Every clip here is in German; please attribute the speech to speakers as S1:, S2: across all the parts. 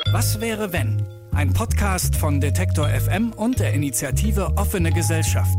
S1: Was wäre wenn? Ein Podcast von Detektor FM und der Initiative Offene Gesellschaft.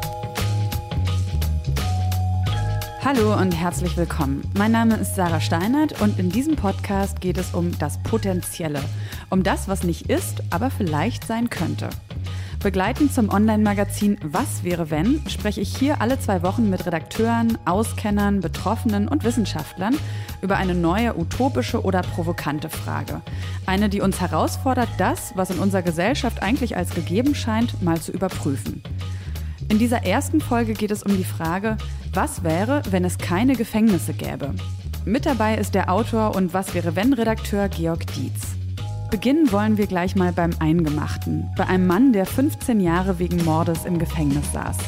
S2: Hallo und herzlich willkommen. Mein Name ist Sarah Steinert und in diesem Podcast geht es um das Potenzielle. Um das, was nicht ist, aber vielleicht sein könnte. Begleitend zum Online-Magazin Was wäre wenn spreche ich hier alle 2 Wochen mit Redakteuren, Auskennern, Betroffenen und Wissenschaftlern über eine neue utopische oder provokante Frage. Eine, die uns herausfordert, das, was in unserer Gesellschaft eigentlich als gegeben scheint, mal zu überprüfen. In dieser ersten Folge geht es um die Frage, was wäre, wenn es keine Gefängnisse gäbe? Mit dabei ist der Autor und Was wäre wenn Redakteur Georg Dietz. Beginnen wollen wir gleich mal beim Eingemachten, bei einem Mann, der 15 Jahre wegen Mordes im Gefängnis saß.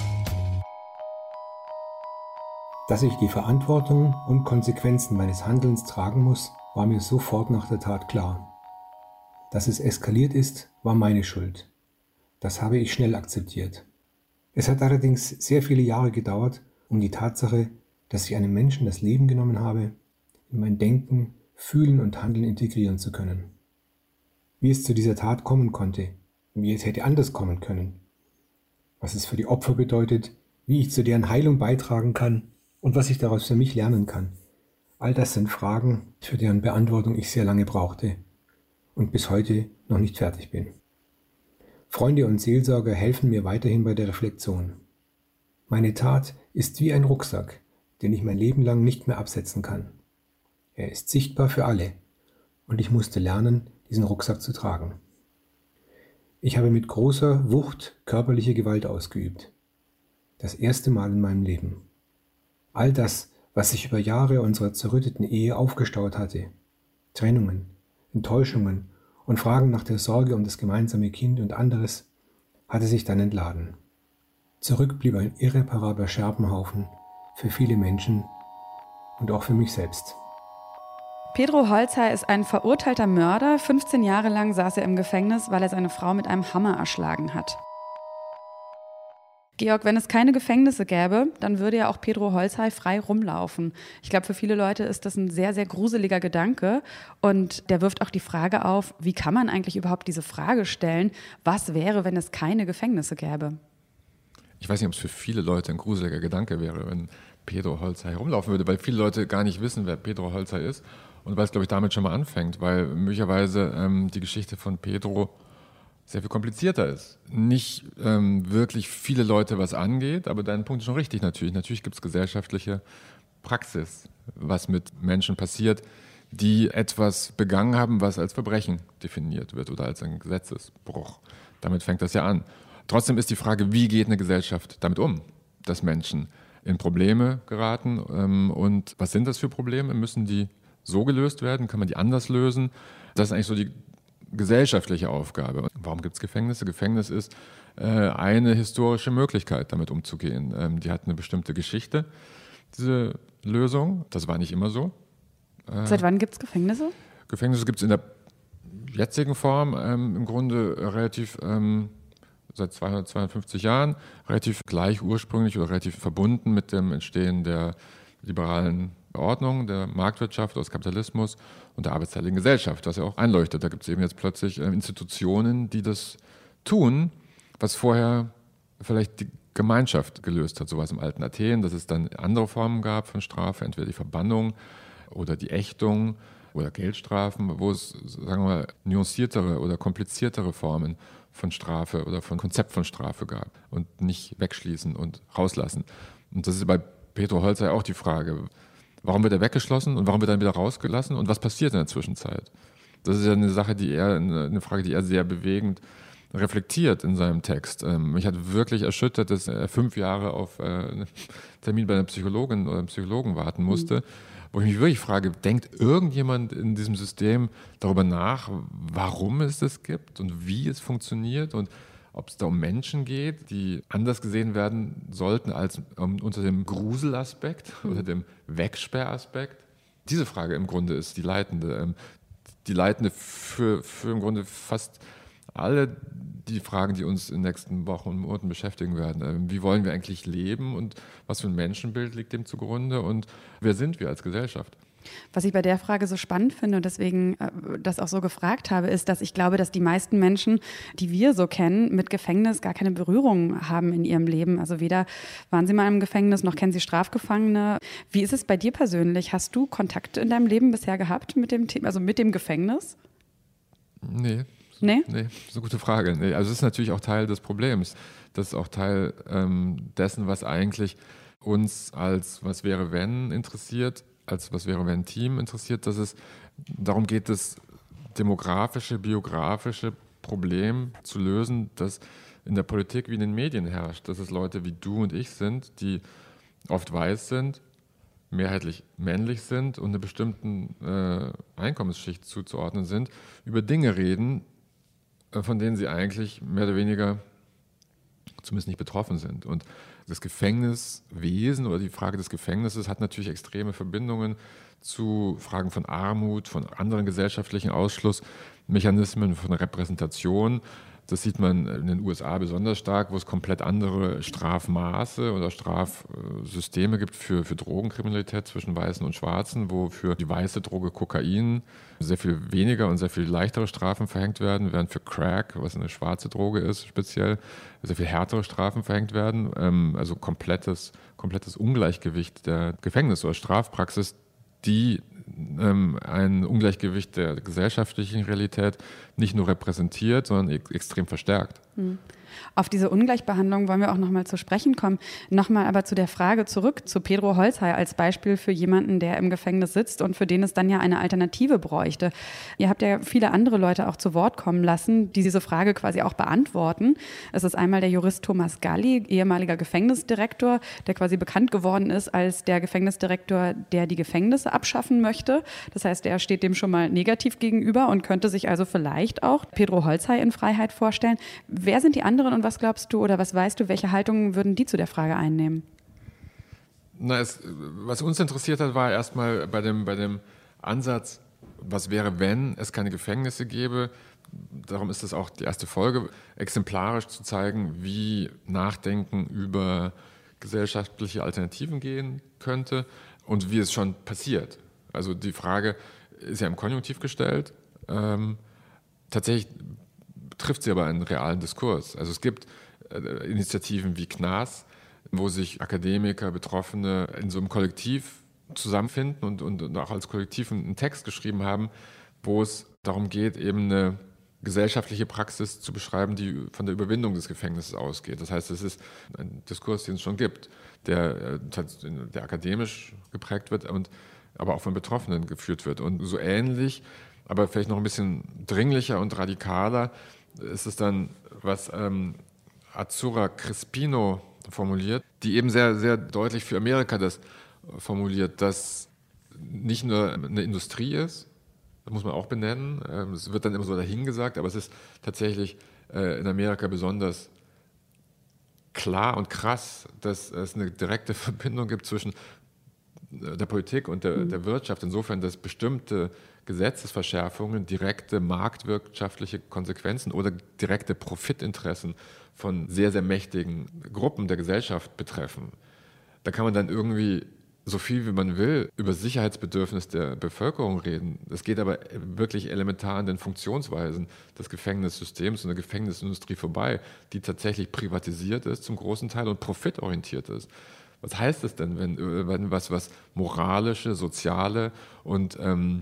S3: Dass ich die Verantwortung und Konsequenzen meines Handelns tragen muss, war mir sofort nach der Tat klar. Dass es eskaliert ist, war meine Schuld. Das habe ich schnell akzeptiert. Es hat allerdings sehr viele Jahre gedauert, um die Tatsache, dass ich einem Menschen das Leben genommen habe, in mein Denken, Fühlen und Handeln integrieren zu können. Wie es zu dieser Tat kommen konnte, wie es hätte anders kommen können, was es für die Opfer bedeutet, wie ich zu deren Heilung beitragen kann und was ich daraus für mich lernen kann. All das sind Fragen, für deren Beantwortung ich sehr lange brauchte und bis heute noch nicht fertig bin. Freunde und Seelsorger helfen mir weiterhin bei der Reflexion. Meine Tat ist wie ein Rucksack, den ich mein Leben lang nicht mehr absetzen kann. Er ist sichtbar für alle und ich musste lernen, diesen Rucksack zu tragen. Ich habe mit großer Wucht körperliche Gewalt ausgeübt. Das erste Mal in meinem Leben. All das, was sich über Jahre unserer zerrütteten Ehe aufgestaut hatte, Trennungen, Enttäuschungen und Fragen nach der Sorge um das gemeinsame Kind und anderes, hatte sich dann entladen. Zurück blieb ein irreparabler Scherbenhaufen für viele Menschen und auch für mich selbst.
S2: Pedro Holzhey ist ein verurteilter Mörder. 15 Jahre lang saß er im Gefängnis, weil er seine Frau mit einem Hammer erschlagen hat. Georg, wenn es keine Gefängnisse gäbe, dann würde ja auch Pedro Holzhey frei rumlaufen. Ich glaube, für viele Leute ist das ein sehr, sehr gruseliger Gedanke. Und der wirft auch die Frage auf, wie kann man eigentlich überhaupt diese Frage stellen, was wäre, wenn es keine Gefängnisse gäbe?
S4: Ich weiß nicht, ob es für viele Leute ein gruseliger Gedanke wäre, wenn Pedro Holzhey herumlaufen würde, weil viele Leute gar nicht wissen, wer Pedro Holzhey ist. Und weil es, glaube ich, damit schon mal anfängt, weil möglicherweise die Geschichte von Pedro sehr viel komplizierter ist. Nicht wirklich viele Leute was angeht, aber dein Punkt ist schon richtig natürlich. Natürlich gibt es gesellschaftliche Praxis, was mit Menschen passiert, die etwas begangen haben, was als Verbrechen definiert wird oder als ein Gesetzesbruch. Damit fängt das ja an. Trotzdem ist die Frage, wie geht eine Gesellschaft damit um, dass Menschen in Probleme geraten und was sind das für Probleme? Müssen die so gelöst werden? Kann man die anders lösen? Das ist eigentlich so die gesellschaftliche Aufgabe. Warum gibt es Gefängnisse? Gefängnis ist eine historische Möglichkeit, damit umzugehen. Die hat eine bestimmte Geschichte, diese Lösung. Das war nicht immer so.
S2: Seit wann gibt es Gefängnisse?
S4: Gefängnisse gibt es in der jetzigen Form im Grunde relativ seit 250 Jahren, relativ gleich ursprünglich oder relativ verbunden mit dem Entstehen der liberalen Ordnung, der Marktwirtschaft, des Kapitalismus und der arbeitsteiligen Gesellschaft, was ja auch einleuchtet. Da gibt es eben jetzt plötzlich Institutionen, die das tun, was vorher vielleicht die Gemeinschaft gelöst hat. So war es im alten Athen, dass es dann andere Formen gab von Strafe, entweder die Verbannung oder die Ächtung oder Geldstrafen, wo es, sagen wir mal, nuanciertere oder kompliziertere Formen von Strafe oder von Konzept von Strafe gab und nicht wegschließen und rauslassen. Und das ist bei Pedro Holzhey auch die Frage, warum wird er weggeschlossen und warum wird er dann wieder rausgelassen und was passiert in der Zwischenzeit? Das ist ja eine Sache, eine Frage, die er sehr bewegend reflektiert in seinem Text. Mich hat wirklich erschüttert, dass er 5 Jahre auf einen Termin bei einer Psychologin oder einem Psychologen warten musste, wo ich mich wirklich frage, denkt irgendjemand in diesem System darüber nach, warum es das gibt und wie es funktioniert und ob es da um Menschen geht, die anders gesehen werden sollten als unter dem Gruselaspekt oder dem Wegsperraspekt? Diese Frage im Grunde ist die leitende. Die leitende für im Grunde fast alle die Fragen, die uns in den nächsten Wochen und Monaten beschäftigen werden. Wie wollen wir eigentlich leben und was für ein Menschenbild liegt dem zugrunde und wer sind wir als Gesellschaft?
S2: Was ich bei der Frage so spannend finde und deswegen das auch so gefragt habe, ist, dass ich glaube, dass die meisten Menschen, die wir so kennen, mit Gefängnis gar keine Berührung haben in ihrem Leben. Also weder waren sie mal im Gefängnis, noch kennen sie Strafgefangene. Wie ist es bei dir persönlich? Hast du Kontakt in deinem Leben bisher gehabt mit dem Gefängnis?
S4: Nee.
S2: Nee?
S4: Nee, das ist eine gute Frage. Nee, also es ist natürlich auch Teil des Problems. Das ist auch Teil dessen, was eigentlich uns als was wäre wenn interessiert, als was wäre wenn Team interessiert, dass es darum geht, das demografische, biografische Problem zu lösen, das in der Politik wie in den Medien herrscht. Dass es Leute wie du und ich sind, die oft weiß sind, mehrheitlich männlich sind und einer bestimmten Einkommensschicht zuzuordnen sind, über Dinge reden, von denen sie eigentlich mehr oder weniger zumindest nicht betroffen sind. Und das Gefängniswesen oder die Frage des Gefängnisses hat natürlich extreme Verbindungen zu Fragen von Armut, von anderen gesellschaftlichen Ausschlussmechanismen, von Repräsentation. Das sieht man in den USA besonders stark, wo es komplett andere Strafmaße oder Strafsysteme gibt für Drogenkriminalität zwischen Weißen und Schwarzen, wo für die weiße Droge Kokain sehr viel weniger und sehr viel leichtere Strafen verhängt werden, während für Crack, was eine schwarze Droge ist, speziell sehr viel härtere Strafen verhängt werden. Also komplettes Ungleichgewicht der Gefängnis- oder Strafpraxis, die ein Ungleichgewicht der gesellschaftlichen Realität nicht nur repräsentiert, sondern extrem verstärkt.
S2: Auf diese Ungleichbehandlung wollen wir auch nochmal zu sprechen kommen. Nochmal aber zu der Frage zurück zu Pedro Holzhey als Beispiel für jemanden, der im Gefängnis sitzt und für den es dann ja eine Alternative bräuchte. Ihr habt ja viele andere Leute auch zu Wort kommen lassen, die diese Frage quasi auch beantworten. Es ist einmal der Jurist Thomas Galli, ehemaliger Gefängnisdirektor, der quasi bekannt geworden ist als der Gefängnisdirektor, der die Gefängnisse abschaffen möchte. Das heißt, er steht dem schon mal negativ gegenüber und könnte sich also vielleicht auch Pedro Holzhey in Freiheit vorstellen. Wer sind die anderen und was glaubst du oder was weißt du, welche Haltungen würden die zu der Frage einnehmen?
S4: Was uns interessiert hat, war erstmal bei dem Ansatz, was wäre, wenn es keine Gefängnisse gäbe. Darum ist es auch die erste Folge, exemplarisch zu zeigen, wie Nachdenken über gesellschaftliche Alternativen gehen könnte und wie es schon passiert. Also die Frage ist ja im Konjunktiv gestellt. Tatsächlich trifft sie aber einen realen Diskurs. Also es gibt Initiativen wie CNAS, wo sich Akademiker, Betroffene in so einem Kollektiv zusammenfinden und auch als Kollektiv einen Text geschrieben haben, wo es darum geht, eben eine gesellschaftliche Praxis zu beschreiben, die von der Überwindung des Gefängnisses ausgeht. Das heißt, es ist ein Diskurs, den es schon gibt, der akademisch geprägt wird und aber auch von Betroffenen geführt wird. Und so ähnlich, aber vielleicht noch ein bisschen dringlicher und radikaler, ist es dann, was Azzurra Crespino formuliert, die eben sehr, sehr deutlich für Amerika das formuliert, dass nicht nur eine Industrie ist, das muss man auch benennen, es wird dann immer so dahingesagt, aber es ist tatsächlich in Amerika besonders klar und krass, dass es eine direkte Verbindung gibt zwischen der Politik und der Wirtschaft, insofern, dass bestimmte Gesetzesverschärfungen direkte marktwirtschaftliche Konsequenzen oder direkte Profitinteressen von sehr, sehr mächtigen Gruppen der Gesellschaft betreffen. Da kann man dann irgendwie so viel wie man will über das Sicherheitsbedürfnis der Bevölkerung reden. Es geht aber wirklich elementar an den Funktionsweisen des Gefängnissystems und der Gefängnisindustrie vorbei, die tatsächlich privatisiert ist zum großen Teil und profitorientiert ist. Was heißt es denn, wenn was moralische, soziale und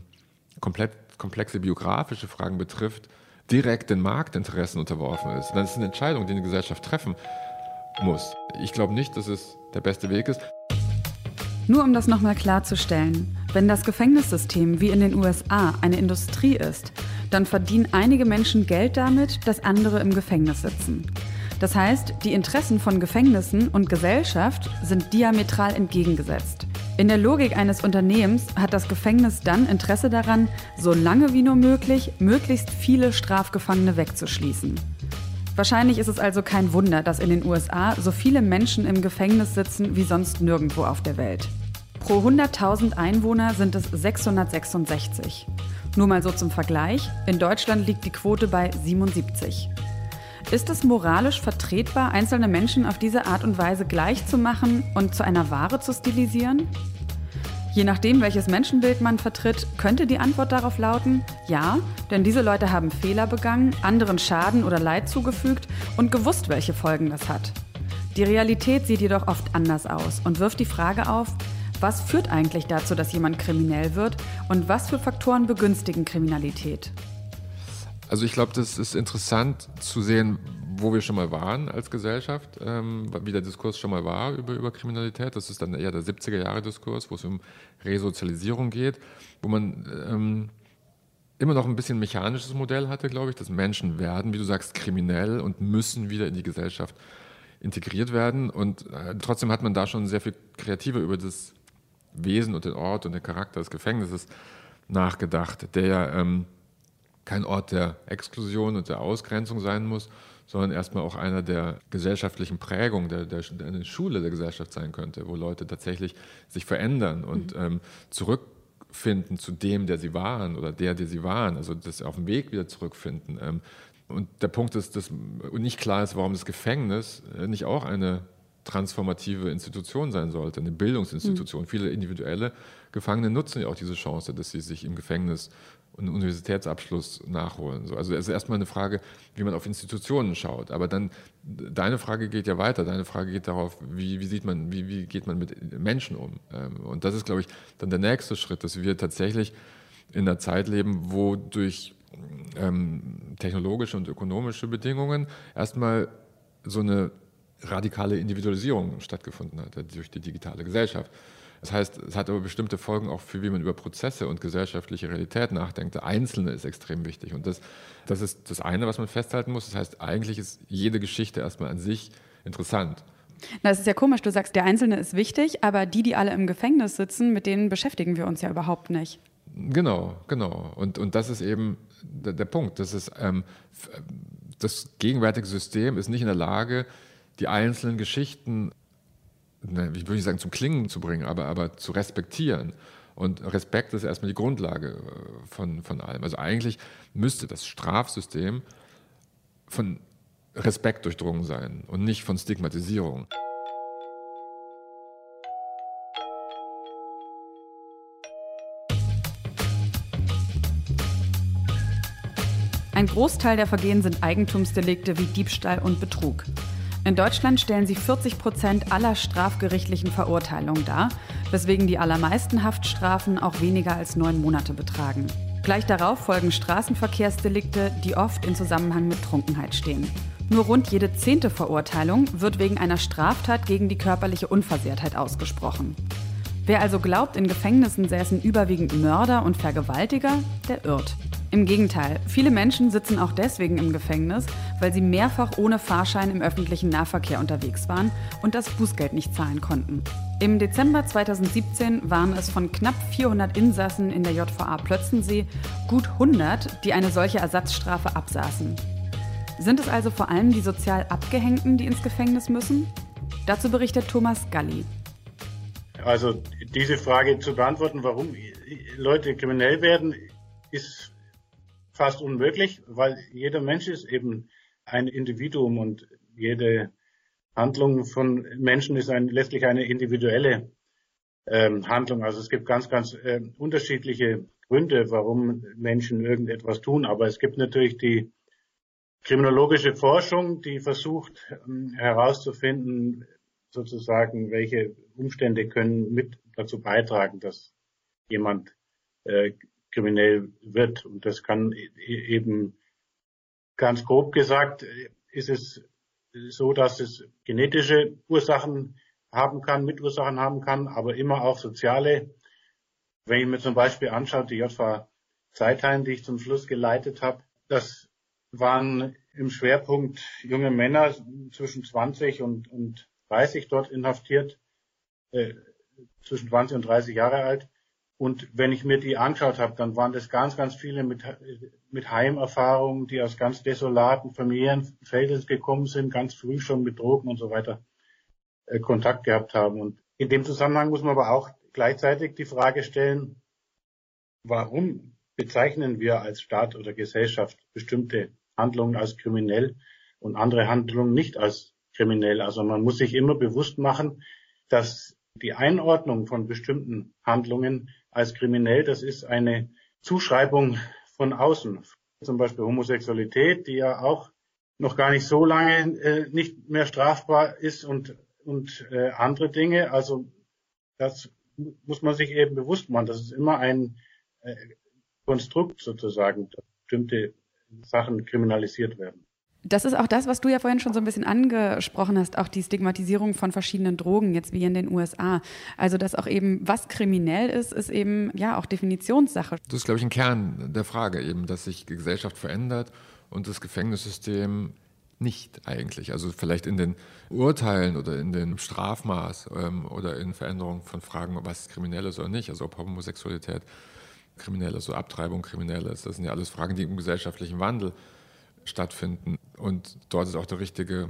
S4: komplexe biografische Fragen betrifft, direkt den Marktinteressen unterworfen ist? Dann ist es eine Entscheidung, die eine Gesellschaft treffen muss. Ich glaube nicht, dass es der beste Weg ist.
S2: Nur um das nochmal klarzustellen, wenn das Gefängnissystem wie in den USA eine Industrie ist, dann verdienen einige Menschen Geld damit, dass andere im Gefängnis sitzen. Das heißt, die Interessen von Gefängnissen und Gesellschaft sind diametral entgegengesetzt. In der Logik eines Unternehmens hat das Gefängnis dann Interesse daran, so lange wie nur möglich, möglichst viele Strafgefangene wegzuschließen. Wahrscheinlich ist es also kein Wunder, dass in den USA so viele Menschen im Gefängnis sitzen wie sonst nirgendwo auf der Welt. Pro 100.000 Einwohner sind es 666. Nur mal so zum Vergleich, in Deutschland liegt die Quote bei 77. Ist es moralisch vertretbar, einzelne Menschen auf diese Art und Weise gleich zu machen und zu einer Ware zu stilisieren? Je nachdem, welches Menschenbild man vertritt, könnte die Antwort darauf lauten, ja, denn diese Leute haben Fehler begangen, anderen Schaden oder Leid zugefügt und gewusst, welche Folgen das hat. Die Realität sieht jedoch oft anders aus und wirft die Frage auf, was führt eigentlich dazu, dass jemand kriminell wird und was für Faktoren begünstigen Kriminalität?
S4: Also ich glaube, das ist interessant zu sehen, wo wir schon mal waren als Gesellschaft, wie der Diskurs schon mal war über Kriminalität. Das ist dann eher der 70er-Jahre-Diskurs, wo es um Resozialisierung geht, wo man immer noch ein bisschen mechanisches Modell hatte, glaube ich, dass Menschen werden, wie du sagst, kriminell und müssen wieder in die Gesellschaft integriert werden. Und trotzdem hat man da schon sehr viel kreativer über das Wesen und den Ort und den Charakter des Gefängnisses nachgedacht, der ja kein Ort der Exklusion und der Ausgrenzung sein muss, sondern erstmal auch einer der gesellschaftlichen Prägung, eine Schule der Gesellschaft sein könnte, wo Leute tatsächlich sich verändern und zurückfinden zu dem, der sie waren oder der sie waren, also das auf dem Weg wieder zurückfinden. Und der Punkt ist, dass nicht klar ist, warum das Gefängnis nicht auch eine transformative Institution sein sollte, eine Bildungsinstitution. Viele individuelle Gefangene nutzen ja auch diese Chance, dass sie sich im Gefängnis einen Universitätsabschluss nachholen. Also es ist erstmal eine Frage, wie man auf Institutionen schaut. Aber dann, deine Frage geht ja weiter. Deine Frage geht darauf, wie geht man mit Menschen um? Und das ist, glaube ich, dann der nächste Schritt, dass wir tatsächlich in einer Zeit leben, wo durch technologische und ökonomische Bedingungen erstmal so eine radikale Individualisierung stattgefunden hat durch die digitale Gesellschaft. Das heißt, es hat aber bestimmte Folgen auch für, wie man über Prozesse und gesellschaftliche Realität nachdenkt. Der Einzelne ist extrem wichtig und das ist das eine, was man festhalten muss. Das heißt, eigentlich ist jede Geschichte erstmal an sich interessant.
S2: Na, das ist ja komisch, du sagst, der Einzelne ist wichtig, aber die alle im Gefängnis sitzen, mit denen beschäftigen wir uns ja überhaupt nicht.
S4: Genau. Und das ist eben der Punkt. Das gegenwärtige System ist nicht in der Lage, die einzelnen Geschichten, ich würde nicht sagen zum Klingen zu bringen, aber zu respektieren. Und Respekt ist erstmal die Grundlage von allem. Also eigentlich müsste das Strafsystem von Respekt durchdrungen sein und nicht von Stigmatisierung.
S2: Ein Großteil der Vergehen sind Eigentumsdelikte wie Diebstahl und Betrug. In Deutschland stellen sie 40% aller strafgerichtlichen Verurteilungen dar, weswegen die allermeisten Haftstrafen auch weniger als 9 Monate betragen. Gleich darauf folgen Straßenverkehrsdelikte, die oft in Zusammenhang mit Trunkenheit stehen. Nur rund jede 10. Verurteilung wird wegen einer Straftat gegen die körperliche Unversehrtheit ausgesprochen. Wer also glaubt, in Gefängnissen säßen überwiegend Mörder und Vergewaltiger, der irrt. Im Gegenteil, viele Menschen sitzen auch deswegen im Gefängnis, weil sie mehrfach ohne Fahrschein im öffentlichen Nahverkehr unterwegs waren und das Bußgeld nicht zahlen konnten. Im Dezember 2017 waren es von knapp 400 Insassen in der JVA Plötzensee gut 100, die eine solche Ersatzstrafe absaßen. Sind es also vor allem die sozial Abgehängten, die ins Gefängnis müssen? Dazu berichtet Thomas Galli.
S5: Also diese Frage zu beantworten, warum Leute kriminell werden, ist fast unmöglich, weil jeder Mensch ist eben ein Individuum und jede Handlung von Menschen ist letztlich eine individuelle Handlung. Also es gibt ganz unterschiedliche Gründe, warum Menschen irgendetwas tun. Aber es gibt natürlich die kriminologische Forschung, die versucht herauszufinden, sozusagen, welche Umstände können mit dazu beitragen, dass jemand kriminell wird. Und das kann eben, ganz grob gesagt, ist es so, dass es genetische Ursachen haben kann, Mitursachen haben kann, aber immer auch soziale. Wenn ich mir zum Beispiel anschaue, die JVA Zeitheim, die ich zum Schluss geleitet habe, das waren im Schwerpunkt junge Männer zwischen 20 und 30 dort inhaftiert, zwischen 20 und 30 Jahre alt. Und wenn ich mir die angeschaut habe, dann waren das ganz viele mit Heimerfahrungen, die aus ganz desolaten Familienfeldern gekommen sind, ganz früh schon mit Drogen und so weiter Kontakt gehabt haben. Und in dem Zusammenhang muss man aber auch gleichzeitig die Frage stellen, warum bezeichnen wir als Staat oder Gesellschaft bestimmte Handlungen als kriminell und andere Handlungen nicht als kriminell? Also man muss sich immer bewusst machen, dass Die Einordnung von bestimmten Handlungen als kriminell, das ist eine Zuschreibung von außen. Zum Beispiel Homosexualität, die ja auch noch gar nicht so lange nicht mehr strafbar ist und andere Dinge. Also das muss man sich eben bewusst machen. Das ist immer ein Konstrukt sozusagen, dass bestimmte Sachen kriminalisiert werden.
S2: Das ist auch das, was du ja vorhin schon so ein bisschen angesprochen hast, auch die Stigmatisierung von verschiedenen Drogen, jetzt wie in den USA. Also dass auch eben, was kriminell ist, ist eben ja auch Definitionssache.
S4: Das ist, glaube ich, ein Kern der Frage eben, dass sich die Gesellschaft verändert und das Gefängnissystem nicht eigentlich. Also vielleicht in den Urteilen oder in den Strafmaß oder in Veränderungen von Fragen, was kriminell ist oder nicht, also ob Homosexualität kriminell ist oder Abtreibung kriminell ist. Das sind ja alles Fragen, die im gesellschaftlichen Wandel stattfinden. Und dort ist auch der richtige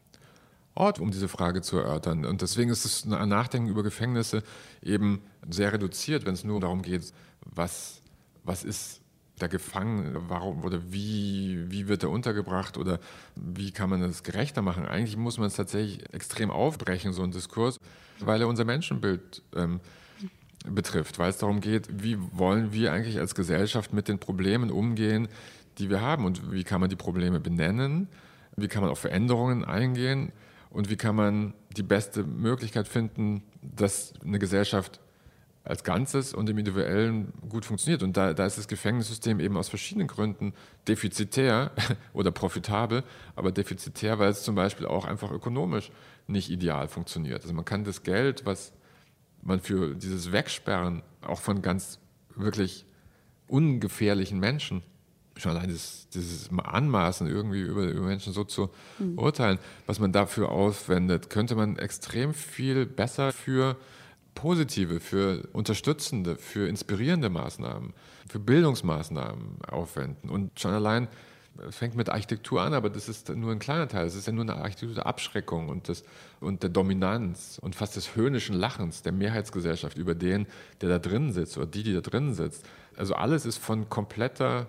S4: Ort, um diese Frage zu erörtern. Und deswegen ist das Nachdenken über Gefängnisse eben sehr reduziert, wenn es nur darum geht, was ist der Gefangene, warum oder wie wird er untergebracht oder wie kann man es gerechter machen. Eigentlich muss man es tatsächlich extrem aufbrechen, so ein Diskurs, weil er unser Menschenbild betrifft, weil es darum geht, wie wollen wir eigentlich als Gesellschaft mit den Problemen umgehen, die wir haben und wie kann man die Probleme benennen, wie kann man auf Veränderungen eingehen und wie kann man die beste Möglichkeit finden, dass eine Gesellschaft als Ganzes und im Individuellen gut funktioniert. Und da ist das Gefängnissystem eben aus verschiedenen Gründen defizitär oder profitabel, aber defizitär, weil es zum Beispiel auch einfach ökonomisch nicht ideal funktioniert. Also man kann das Geld, was man für dieses Wegsperren auch von ganz wirklich ungefährlichen Menschen, schon allein dieses Anmaßen irgendwie über Menschen so zu urteilen, was man dafür aufwendet, könnte man extrem viel besser für positive, für unterstützende, für inspirierende Maßnahmen, für Bildungsmaßnahmen aufwenden. Und schon allein, es fängt mit Architektur an, aber das ist nur ein kleiner Teil. Es ist ja nur eine Architektur der Abschreckung und der Dominanz und fast des höhnischen Lachens der Mehrheitsgesellschaft über den, der da drin sitzt oder die da drin sitzt. Also alles ist von kompletter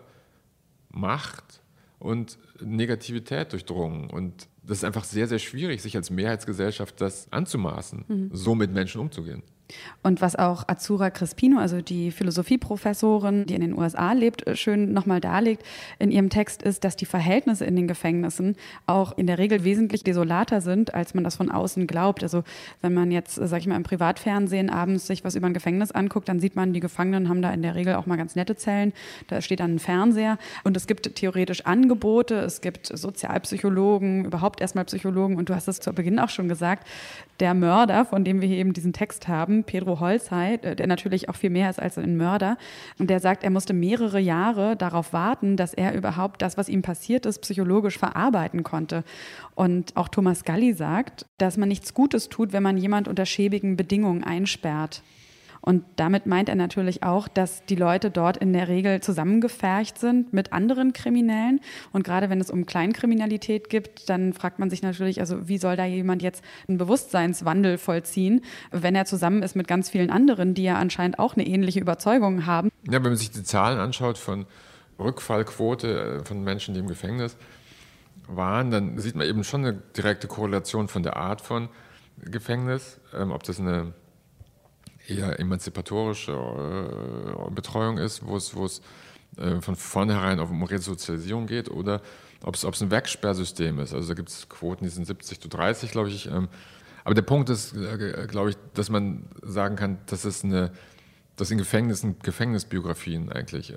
S4: Macht und Negativität durchdrungen. Und das ist einfach sehr, sehr schwierig, sich als Mehrheitsgesellschaft das anzumaßen, so mit Menschen umzugehen.
S2: Und was auch Azzurra Crespino, also die Philosophieprofessorin, die in den USA lebt, schön nochmal darlegt in ihrem Text, ist, dass die Verhältnisse in den Gefängnissen auch in der Regel wesentlich desolater sind, als man das von außen glaubt. Also wenn man jetzt, sag ich mal, im Privatfernsehen abends sich was über ein Gefängnis anguckt, dann sieht man, die Gefangenen haben da in der Regel auch mal ganz nette Zellen. Da steht dann ein Fernseher und es gibt theoretisch Angebote, es gibt Sozialpsychologen, überhaupt erstmal Psychologen und du hast es zu Beginn auch schon gesagt, der Mörder, von dem wir hier eben diesen Text haben, Pedro Holzheit, der natürlich auch viel mehr ist als ein Mörder. Und der sagt, er musste mehrere Jahre darauf warten, dass er überhaupt das, was ihm passiert ist, psychologisch verarbeiten konnte. Und auch Thomas Galli sagt, dass man nichts Gutes tut, wenn man jemand unter schäbigen Bedingungen einsperrt. Und damit meint er natürlich auch, dass die Leute dort in der Regel zusammengefercht sind mit anderen Kriminellen. Und gerade wenn es um Kleinkriminalität geht, dann fragt man sich natürlich, also wie soll da jemand jetzt einen Bewusstseinswandel vollziehen, wenn er zusammen ist mit ganz vielen anderen, die ja anscheinend auch eine ähnliche Überzeugung haben.
S4: Ja, wenn man sich die Zahlen anschaut von Rückfallquote von Menschen, die im Gefängnis waren, dann sieht man eben schon eine direkte Korrelation von der Art von Gefängnis, ob das eine eher emanzipatorische Betreuung ist, wo es von vornherein um Resozialisierung geht oder ob es ein Wegsperrsystem ist. Also da gibt es Quoten, die sind 70:30, glaube ich. Aber der Punkt ist, glaube ich, dass man sagen kann, dass in Gefängnissen Gefängnisbiografien eigentlich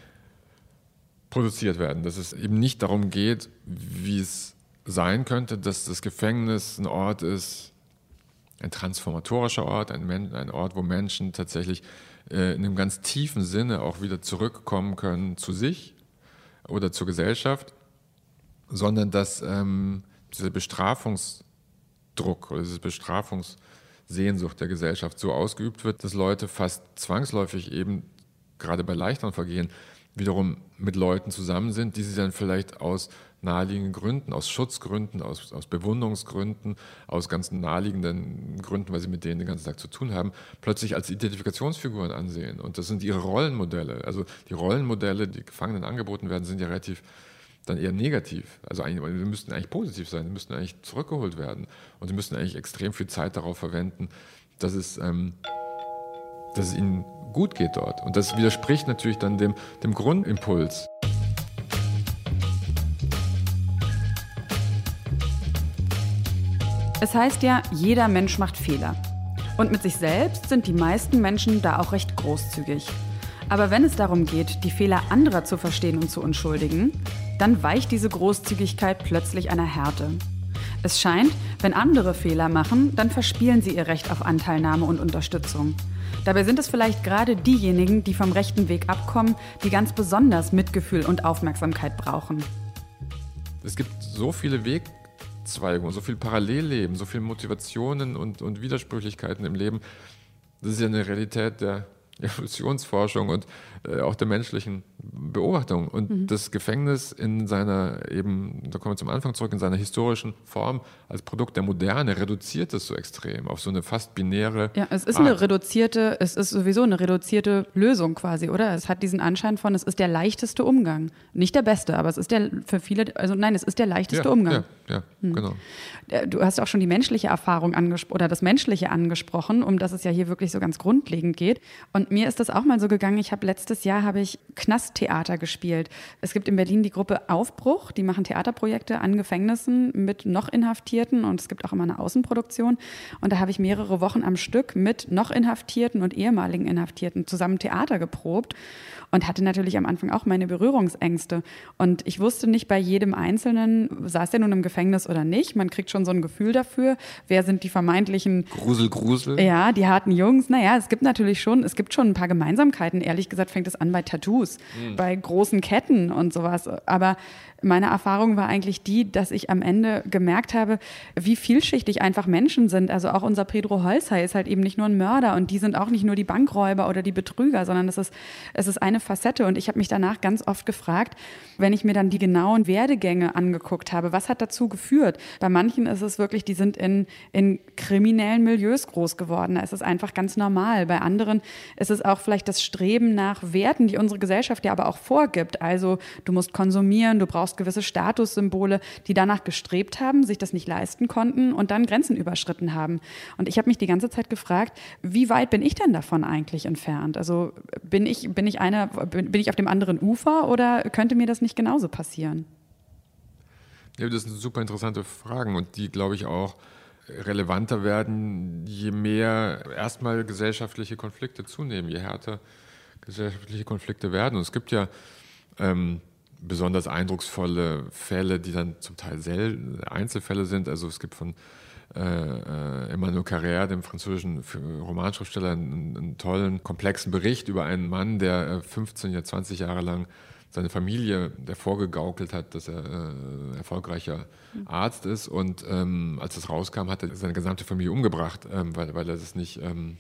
S4: produziert werden. Dass es eben nicht darum geht, wie es sein könnte, dass das Gefängnis ein Ort ist, ein transformatorischer Ort, ein Ort, wo Menschen tatsächlich in einem ganz tiefen Sinne auch wieder zurückkommen können zu sich oder zur Gesellschaft, sondern dass dieser Bestrafungsdruck oder diese Bestrafungssehnsucht der Gesellschaft so ausgeübt wird, dass Leute fast zwangsläufig eben gerade bei leichteren Vergehen wiederum mit Leuten zusammen sind, die sie dann vielleicht aus naheliegenden Gründen, aus Schutzgründen, aus Bewunderungsgründen, aus ganz naheliegenden Gründen, weil sie mit denen den ganzen Tag zu tun haben, plötzlich als Identifikationsfiguren ansehen. Und das sind ihre Rollenmodelle. Also die Rollenmodelle, die Gefangenen angeboten werden, sind ja relativ dann eher negativ. Also die müssten eigentlich positiv sein, die müssten eigentlich zurückgeholt werden. Und sie müssten eigentlich extrem viel Zeit darauf verwenden, dass es ihnen gut geht dort. Und das widerspricht natürlich dann dem Grundimpuls.
S2: Es heißt ja, jeder Mensch macht Fehler. Und mit sich selbst sind die meisten Menschen da auch recht großzügig. Aber wenn es darum geht, die Fehler anderer zu verstehen und zu entschuldigen, dann weicht diese Großzügigkeit plötzlich einer Härte. Es scheint, wenn andere Fehler machen, dann verspielen sie ihr Recht auf Anteilnahme und Unterstützung. Dabei sind es vielleicht gerade diejenigen, die vom rechten Weg abkommen, die ganz besonders Mitgefühl und Aufmerksamkeit brauchen.
S4: Es gibt so viele Wegzweigungen, so viel Parallelleben, so viele Motivationen und Widersprüchlichkeiten im Leben. Das ist ja eine Realität der Evolutionsforschung und auch der menschlichen Beobachtung. Und das Gefängnis in seiner, eben, da kommen wir zum Anfang zurück, in seiner historischen Form als Produkt der Moderne reduziert es so extrem auf so eine fast binäre
S2: es ist
S4: Art.
S2: es ist sowieso eine reduzierte Lösung quasi, oder? Es hat diesen Anschein von, es ist der leichteste Umgang. Nicht der beste, aber es ist es ist der leichteste Umgang.
S4: Ja, genau.
S2: Du hast auch schon die menschliche Erfahrung oder das Menschliche angesprochen, um das es ja hier wirklich so ganz grundlegend geht. Und mir ist das auch mal so gegangen, letztes Jahr habe ich Knasttheater gespielt. Es gibt in Berlin die Gruppe Aufbruch, die machen Theaterprojekte an Gefängnissen mit noch Inhaftierten und es gibt auch immer eine Außenproduktion. Und da habe ich mehrere Wochen am Stück mit noch Inhaftierten und ehemaligen Inhaftierten zusammen Theater geprobt und hatte natürlich am Anfang auch meine Berührungsängste. Und ich wusste nicht bei jedem Einzelnen, saß der nun im Gefängnis oder nicht. Man kriegt schon so ein Gefühl dafür, wer sind die vermeintlichen
S4: Grusel.
S2: Ja, die harten Jungs. Naja, es gibt schon ein paar Gemeinsamkeiten. Ehrlich gesagt fängt es an bei Tattoos, bei großen Ketten und sowas. Aber meine Erfahrung war eigentlich die, dass ich am Ende gemerkt habe, wie vielschichtig einfach Menschen sind. Also auch unser Pedro Holzhey ist halt eben nicht nur ein Mörder und die sind auch nicht nur die Bankräuber oder die Betrüger, sondern es ist eine Facette. Und ich habe mich danach ganz oft gefragt, wenn ich mir dann die genauen Werdegänge angeguckt habe, was hat dazu geführt? Bei manchen ist es wirklich, die sind in kriminellen Milieus groß geworden. Da ist es einfach ganz normal. Bei anderen ist es auch vielleicht das Streben nach Werten, die unsere Gesellschaft ja aber auch vorgibt. Also du musst konsumieren, du brauchst gewisse Statussymbole, die danach gestrebt haben, sich das nicht leisten konnten und dann Grenzen überschritten haben. Und ich habe mich die ganze Zeit gefragt, wie weit bin ich denn davon eigentlich entfernt? Also bin ich auf dem anderen Ufer oder könnte mir das nicht genauso passieren?
S4: Ja, das sind super interessante Fragen und die, glaube ich, auch relevanter werden, je mehr erstmal gesellschaftliche Konflikte zunehmen, je härter gesellschaftliche Konflikte werden. Und es gibt ja besonders eindrucksvolle Fälle, die dann zum Teil Einzelfälle sind. Also es gibt von Emmanuel Carrère, dem französischen Romanschriftsteller, einen tollen, komplexen Bericht über einen Mann, der 20 Jahre lang seine Familie vorgegaukelt hat, dass er erfolgreicher Arzt ist. Und als das rauskam, hat er seine gesamte Familie umgebracht, weil er das nicht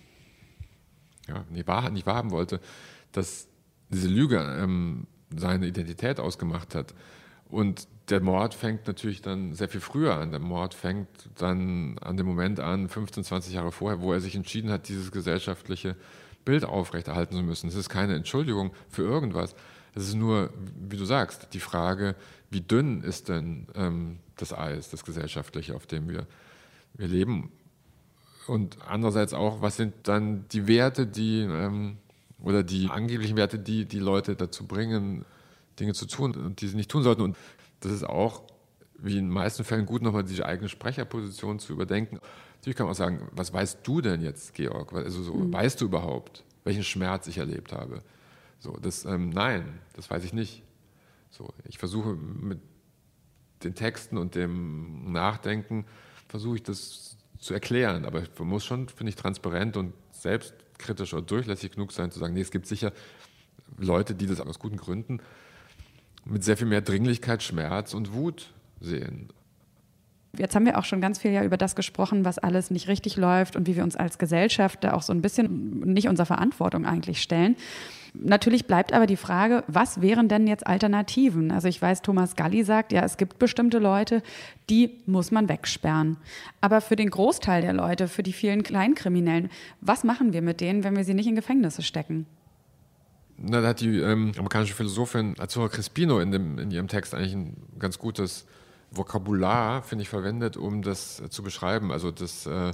S4: wahrhaben wollte, dass diese Lüge seine Identität ausgemacht hat. Und der Mord fängt natürlich dann sehr viel früher an. Der Mord fängt dann an dem Moment an, 15, 20 Jahre vorher, wo er sich entschieden hat, dieses gesellschaftliche Bild aufrechterhalten zu müssen. Es ist keine Entschuldigung für irgendwas. Es ist nur, wie du sagst, die Frage, wie dünn ist denn das Eis, das Gesellschaftliche, auf dem wir leben. Und andererseits auch, was sind dann die Werte, oder die angeblichen Werte, die Leute dazu bringen, Dinge zu tun und die sie nicht tun sollten. Und das ist auch, wie in den meisten Fällen, gut, nochmal diese eigene Sprecherposition zu überdenken. Natürlich kann man auch sagen, was weißt du denn jetzt, Georg? Also weißt du überhaupt, welchen Schmerz ich erlebt habe? Nein, das weiß ich nicht. Ich versuche mit den Texten und dem Nachdenken, versuche ich das zu erklären. Aber man muss schon, finde ich, transparent und selbstkritisch oder durchlässig genug sein, zu sagen, nee, es gibt sicher Leute, die das aus guten Gründen mit sehr viel mehr Dringlichkeit, Schmerz und Wut sehen.
S2: Jetzt haben wir auch schon ganz viel über das gesprochen, was alles nicht richtig läuft und wie wir uns als Gesellschaft da auch so ein bisschen nicht unserer Verantwortung eigentlich stellen. Natürlich bleibt aber die Frage, was wären denn jetzt Alternativen? Also ich weiß, Thomas Galli sagt, ja, es gibt bestimmte Leute, die muss man wegsperren. Aber für den Großteil der Leute, für die vielen Kleinkriminellen, was machen wir mit denen, wenn wir sie nicht in Gefängnisse stecken?
S4: Da hat die amerikanische Philosophin Azzurra Crespino in ihrem Text eigentlich ein ganz gutes Vokabular, finde ich, verwendet, um das zu beschreiben. Also was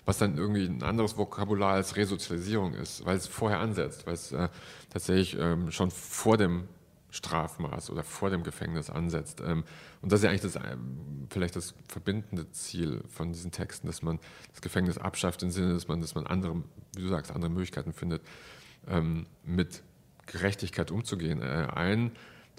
S4: was dann irgendwie ein anderes Vokabular als Resozialisierung ist, weil es vorher ansetzt, weil es tatsächlich schon vor dem Strafmaß oder vor dem Gefängnis ansetzt. Und das ist ja eigentlich vielleicht das verbindende Ziel von diesen Texten, dass man das Gefängnis abschafft im Sinne, dass man andere, wie du sagst, andere Möglichkeiten findet, mit Gerechtigkeit umzugehen. Ein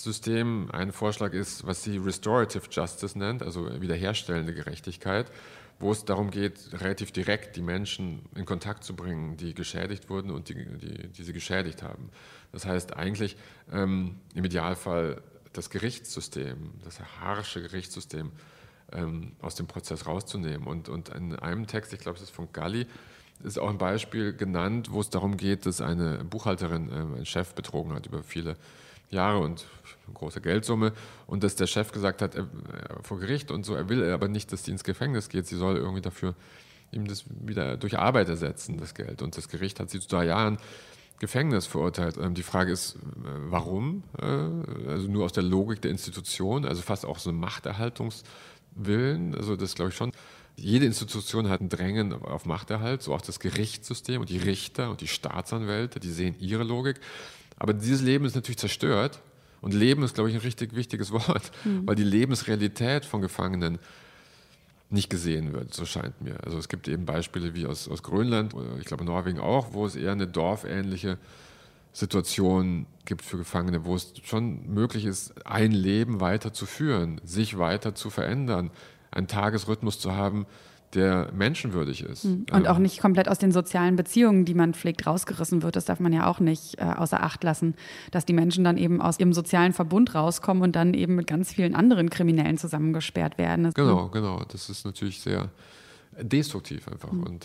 S4: Vorschlag ist, was sie Restorative Justice nennt, also wiederherstellende Gerechtigkeit, wo es darum geht, relativ direkt die Menschen in Kontakt zu bringen, die geschädigt wurden und die sie geschädigt haben. Das heißt eigentlich im Idealfall das Gerichtssystem, das harsche Gerichtssystem aus dem Prozess rauszunehmen. Und in einem Text, ich glaube, es ist von Galli, ist auch ein Beispiel genannt, wo es darum geht, dass eine Buchhalterin einen Chef betrogen hat über viele Jahre und eine große Geldsumme und dass der Chef gesagt hat, vor Gericht und so, er will aber nicht, dass die ins Gefängnis geht, sie soll irgendwie dafür ihm das wieder durch Arbeit ersetzen, das Geld. Und das Gericht hat sie zu 3 Jahren Gefängnis verurteilt. Die Frage ist, warum? Also nur aus der Logik der Institution, also fast auch so ein Machterhaltungswillen, also das glaube ich schon. Jede Institution hat ein Drängen auf Machterhalt, so auch das Gerichtssystem und die Richter und die Staatsanwälte, die sehen ihre Logik. Aber dieses Leben ist natürlich zerstört. Und Leben ist, glaube ich, ein richtig wichtiges Wort, weil die Lebensrealität von Gefangenen nicht gesehen wird, so scheint mir. Also es gibt eben Beispiele wie aus Grönland, oder ich glaube Norwegen auch, wo es eher eine dorfähnliche Situation gibt für Gefangene, wo es schon möglich ist, ein Leben weiterzuführen, sich weiter zu verändern, einen Tagesrhythmus zu haben, der menschenwürdig ist.
S2: Und auch nicht komplett aus den sozialen Beziehungen, die man pflegt, rausgerissen wird. Das darf man ja auch nicht außer Acht lassen, dass die Menschen dann eben aus ihrem sozialen Verbund rauskommen und dann eben mit ganz vielen anderen Kriminellen zusammengesperrt werden.
S4: Genau. Das ist natürlich sehr destruktiv einfach. Und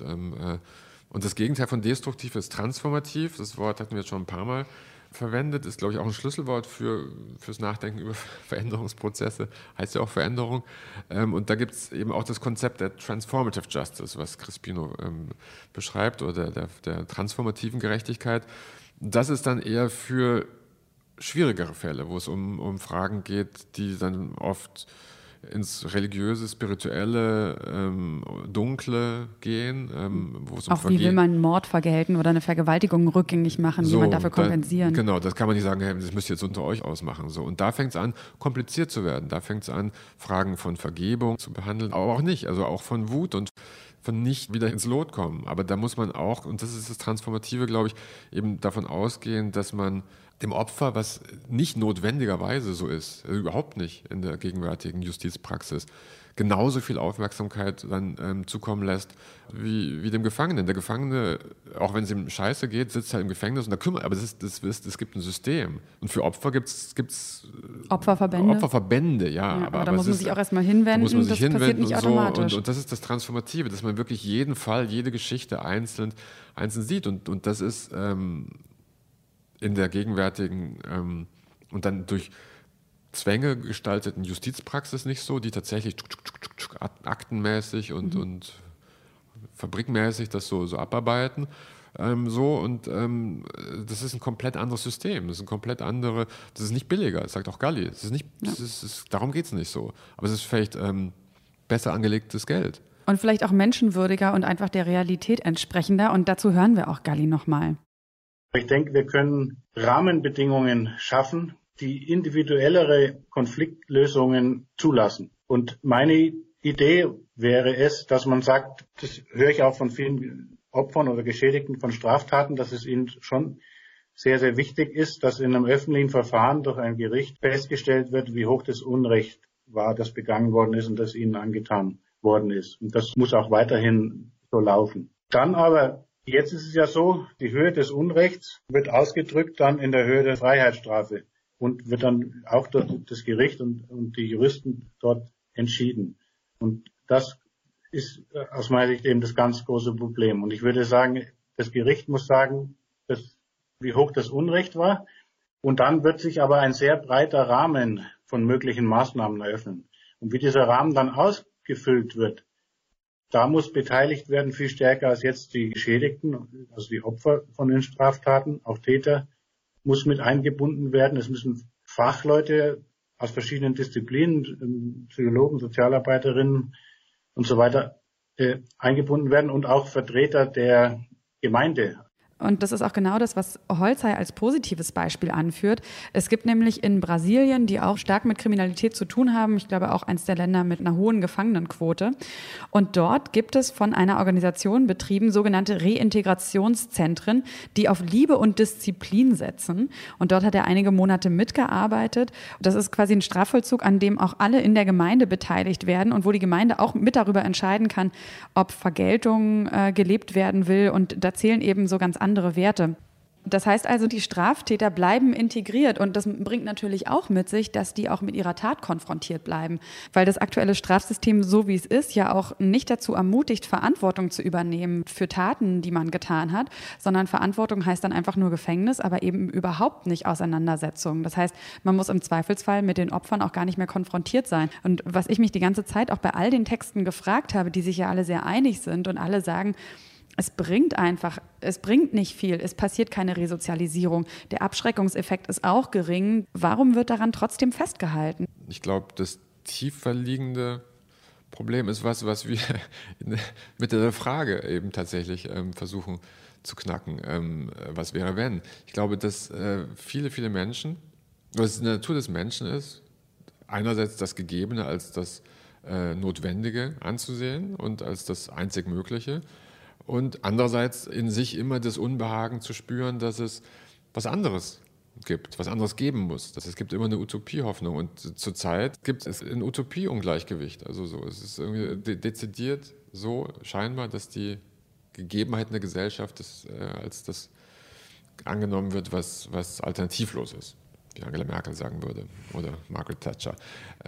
S4: das Gegenteil von destruktiv ist transformativ. Das Wort hatten wir jetzt schon ein paar Mal verwendet, ist, glaube ich, auch ein Schlüsselwort fürs Nachdenken über Veränderungsprozesse, heißt ja auch Veränderung. Und da gibt es eben auch das Konzept der Transformative Justice, was Crispino beschreibt, oder der transformativen Gerechtigkeit. Das ist dann eher für schwierigere Fälle, wo es um Fragen geht, die dann oft ins religiöse, spirituelle, dunkle gehen. Wo es um
S2: auch wie will man einen Mord vergelten oder eine Vergewaltigung rückgängig machen, wie man dafür kompensieren.
S4: Genau, das kann man nicht sagen, hey, das müsst ihr jetzt unter euch ausmachen. So. Und da fängt es an, kompliziert zu werden. Da fängt es an, Fragen von Vergebung zu behandeln, aber auch nicht, also auch von Wut und von nicht wieder ins Lot kommen. Aber da muss man auch, und das ist das Transformative, glaube ich, eben davon ausgehen, dass man dem Opfer, was nicht notwendigerweise so ist, also überhaupt nicht in der gegenwärtigen Justizpraxis, genauso viel Aufmerksamkeit dann zukommen lässt wie dem Gefangenen. Der Gefangene, auch wenn es ihm scheiße geht, sitzt halt im Gefängnis und da kümmert, aber es gibt ein System. Und für Opfer gibt's Opferverbände, ja.
S2: Aber da muss man sich auch erstmal hinwenden, das passiert nicht automatisch.
S4: Und das ist das Transformative, dass man wirklich jeden Fall, jede Geschichte einzeln sieht. Und das ist in der gegenwärtigen und dann durch Zwänge gestalteten Justizpraxis nicht so, die tatsächlich aktenmäßig und fabrikmäßig das so abarbeiten. Das ist ein komplett anderes System. Das ist nicht billiger, das sagt auch Galli. Darum geht es nicht so. Aber es ist vielleicht besser angelegtes Geld.
S2: Und vielleicht auch menschenwürdiger und einfach der Realität entsprechender. Und dazu hören wir auch Galli nochmal.
S5: Ich denke, wir können Rahmenbedingungen schaffen, die individuellere Konfliktlösungen zulassen. Und meine Idee wäre es, dass man sagt, das höre ich auch von vielen Opfern oder Geschädigten von Straftaten, dass es ihnen schon sehr, sehr wichtig ist, dass in einem öffentlichen Verfahren durch ein Gericht festgestellt wird, wie hoch das Unrecht war, das begangen worden ist und das ihnen angetan worden ist. Und das muss auch weiterhin so laufen. Dann aber, jetzt ist es ja so, die Höhe des Unrechts wird ausgedrückt dann in der Höhe der Freiheitsstrafe und wird dann auch durch das Gericht und die Juristen dort entschieden. Und das ist aus meiner Sicht eben das ganz große Problem. Und ich würde sagen, das Gericht muss sagen, wie hoch das Unrecht war. Und dann wird sich aber ein sehr breiter Rahmen von möglichen Maßnahmen eröffnen. Und wie dieser Rahmen dann ausgefüllt wird, da muss beteiligt werden, viel stärker als jetzt die Geschädigten, also die Opfer von den Straftaten, auch Täter, muss mit eingebunden werden. Es müssen Fachleute aus verschiedenen Disziplinen, Psychologen, Sozialarbeiterinnen und so weiter, eingebunden werden und auch Vertreter der Gemeinde.
S2: Und das ist auch genau das, was Holzhey als positives Beispiel anführt. Es gibt nämlich in Brasilien, die auch stark mit Kriminalität zu tun haben, ich glaube auch eins der Länder mit einer hohen Gefangenenquote. Und dort gibt es von einer Organisation betrieben sogenannte Reintegrationszentren, die auf Liebe und Disziplin setzen. Und dort hat er einige Monate mitgearbeitet. Das ist quasi ein Strafvollzug, an dem auch alle in der Gemeinde beteiligt werden und wo die Gemeinde auch mit darüber entscheiden kann, ob Vergeltung gelebt werden will. Und da zählen eben so ganz andere Werte. Das heißt also, die Straftäter bleiben integriert und das bringt natürlich auch mit sich, dass die auch mit ihrer Tat konfrontiert bleiben, weil das aktuelle Strafsystem, so wie es ist, ja auch nicht dazu ermutigt, Verantwortung zu übernehmen für Taten, die man getan hat, sondern Verantwortung heißt dann einfach nur Gefängnis, aber eben überhaupt nicht Auseinandersetzung. Das heißt, man muss im Zweifelsfall mit den Opfern auch gar nicht mehr konfrontiert sein. Und was ich mich die ganze Zeit auch bei all den Texten gefragt habe, die sich ja alle sehr einig sind und alle sagen, es bringt nicht viel, es passiert keine Resozialisierung. Der Abschreckungseffekt ist auch gering. Warum wird daran trotzdem festgehalten?
S4: Ich glaube, das tiefer liegende Problem ist was wir mit der Frage eben tatsächlich versuchen zu knacken. Was wäre, wenn? Ich glaube, dass viele Menschen, was in der Natur des Menschen ist, einerseits das Gegebene als das Notwendige anzusehen und als das einzig Mögliche. Und andererseits in sich immer das Unbehagen zu spüren, dass es was anderes gibt, was anderes geben muss. Es gibt immer eine Utopiehoffnung und zurzeit gibt es ein Utopieungleichgewicht. Also so, es ist irgendwie dezidiert so scheinbar, dass die Gegebenheiten der Gesellschaft als das angenommen wird, was alternativlos ist, wie Angela Merkel sagen würde oder Margaret Thatcher.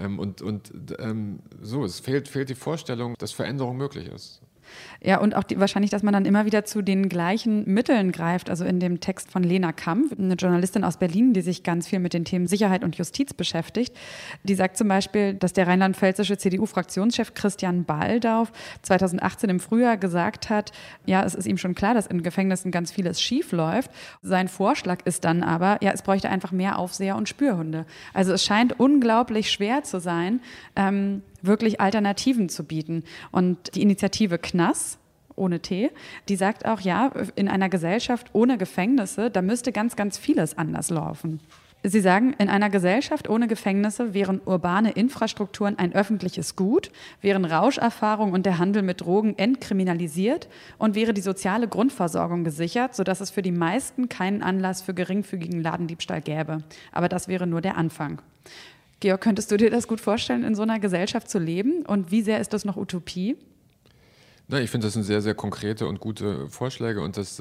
S4: So, es fehlt die Vorstellung, dass Veränderung möglich ist.
S2: Ja, und auch wahrscheinlich, dass man dann immer wieder zu den gleichen Mitteln greift. Also in dem Text von Lena Kampf, eine Journalistin aus Berlin, die sich ganz viel mit den Themen Sicherheit und Justiz beschäftigt, die sagt zum Beispiel, dass der rheinland-pfälzische CDU-Fraktionschef Christian Baldauf 2018 im Frühjahr gesagt hat, ja, es ist ihm schon klar, dass in Gefängnissen ganz vieles schief läuft. Sein Vorschlag ist dann aber, ja, es bräuchte einfach mehr Aufseher und Spürhunde. Also es scheint unglaublich schwer zu sein, wirklich Alternativen zu bieten. Und die Initiative KNAS, ohne T, die sagt auch, ja, in einer Gesellschaft ohne Gefängnisse, da müsste ganz, ganz vieles anders laufen. Sie sagen, in einer Gesellschaft ohne Gefängnisse wären urbane Infrastrukturen ein öffentliches Gut, wären Rauscherfahrung und der Handel mit Drogen entkriminalisiert und wäre die soziale Grundversorgung gesichert, sodass es für die meisten keinen Anlass für geringfügigen Ladendiebstahl gäbe. Aber das wäre nur der Anfang. Georg, könntest du dir das gut vorstellen, in so einer Gesellschaft zu leben? Und wie sehr ist das noch Utopie?
S4: Na, ich finde, das sind sehr, sehr konkrete und gute Vorschläge. Und ich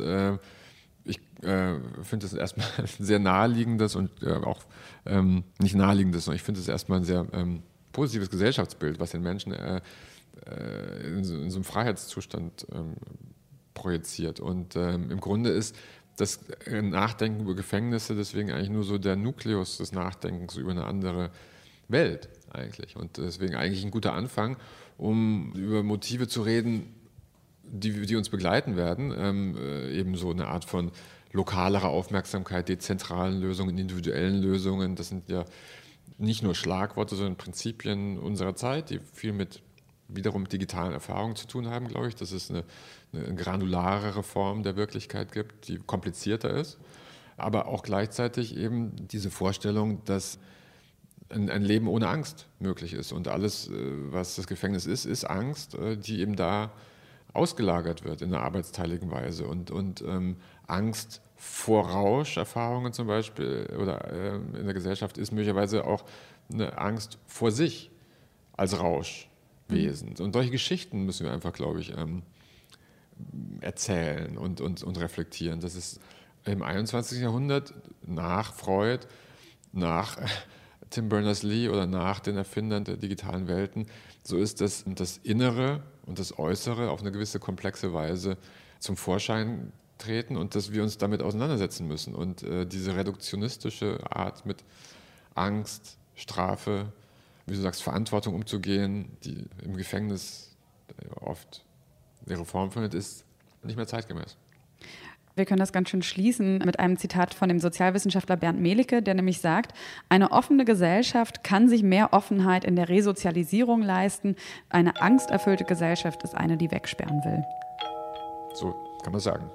S4: finde das erstmal ein sehr naheliegendes und auch nicht naheliegendes, sondern ich finde es erstmal ein sehr positives Gesellschaftsbild, was den Menschen in so einem Freiheitszustand projiziert. Und im Grunde ist das Nachdenken über Gefängnisse deswegen eigentlich nur so der Nukleus des Nachdenkens über eine andere Welt eigentlich. Und deswegen eigentlich ein guter Anfang, um über Motive zu reden, die uns begleiten werden. Eben so eine Art von lokalerer Aufmerksamkeit, dezentralen Lösungen, individuellen Lösungen. Das sind ja nicht nur Schlagworte, sondern Prinzipien unserer Zeit, die viel mit wiederum digitalen Erfahrungen zu tun haben, glaube ich, dass es eine granularere Form der Wirklichkeit gibt, die komplizierter ist, aber auch gleichzeitig eben diese Vorstellung, dass ein Leben ohne Angst möglich ist und alles, was das Gefängnis ist Angst, die eben da ausgelagert wird in einer arbeitsteiligen Weise und Angst vor Rauscherfahrungen zum Beispiel oder in der Gesellschaft ist möglicherweise auch eine Angst vor sich als Rauschwesen. Und solche Geschichten müssen wir einfach, glaube ich, erzählen und reflektieren. Das ist im 21. Jahrhundert nach Freud, nach Tim Berners-Lee oder nach den Erfindern der digitalen Welten, so ist das Innere und das Äußere auf eine gewisse komplexe Weise zum Vorschein treten und dass wir uns damit auseinandersetzen müssen. Und diese reduktionistische Art mit Angst, Strafe, wie du sagst, Verantwortung umzugehen, die im Gefängnis oft ihre Form findet, ist nicht mehr zeitgemäß.
S2: Wir können das ganz schön schließen mit einem Zitat von dem Sozialwissenschaftler Bernd Melicke, der nämlich sagt, eine offene Gesellschaft kann sich mehr Offenheit in der Resozialisierung leisten. Eine angsterfüllte Gesellschaft ist eine, die wegsperren will.
S4: So kann man sagen.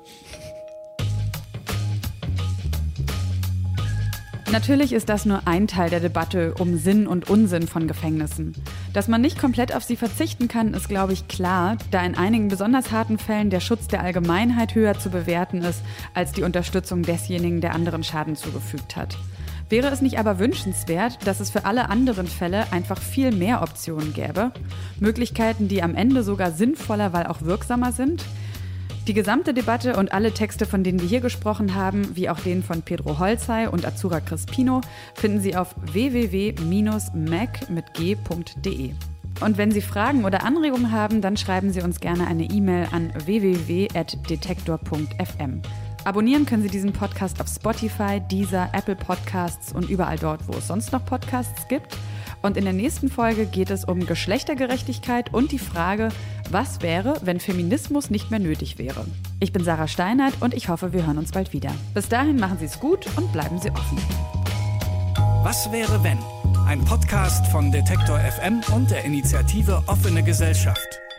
S2: Natürlich ist das nur ein Teil der Debatte um Sinn und Unsinn von Gefängnissen. Dass man nicht komplett auf sie verzichten kann, ist, glaube ich, klar, da in einigen besonders harten Fällen der Schutz der Allgemeinheit höher zu bewerten ist, als die Unterstützung desjenigen, der anderen Schaden zugefügt hat. Wäre es nicht aber wünschenswert, dass es für alle anderen Fälle einfach viel mehr Optionen gäbe? Möglichkeiten, die am Ende sogar sinnvoller, weil auch wirksamer sind? Die gesamte Debatte und alle Texte, von denen wir hier gesprochen haben, wie auch den von Pedro Holzhey und Azura Crispino, finden Sie auf www.mac.de. Und wenn Sie Fragen oder Anregungen haben, dann schreiben Sie uns gerne eine E-Mail an www.detektor.fm. Abonnieren können Sie diesen Podcast auf Spotify, Deezer, Apple Podcasts und überall dort, wo es sonst noch Podcasts gibt. Und in der nächsten Folge geht es um Geschlechtergerechtigkeit und die Frage, was wäre, wenn Feminismus nicht mehr nötig wäre. Ich bin Sarah Steinert und ich hoffe, wir hören uns bald wieder. Bis dahin machen Sie es gut und bleiben Sie offen.
S1: Was wäre wenn? Ein Podcast von Detektor FM und der Initiative Offene Gesellschaft.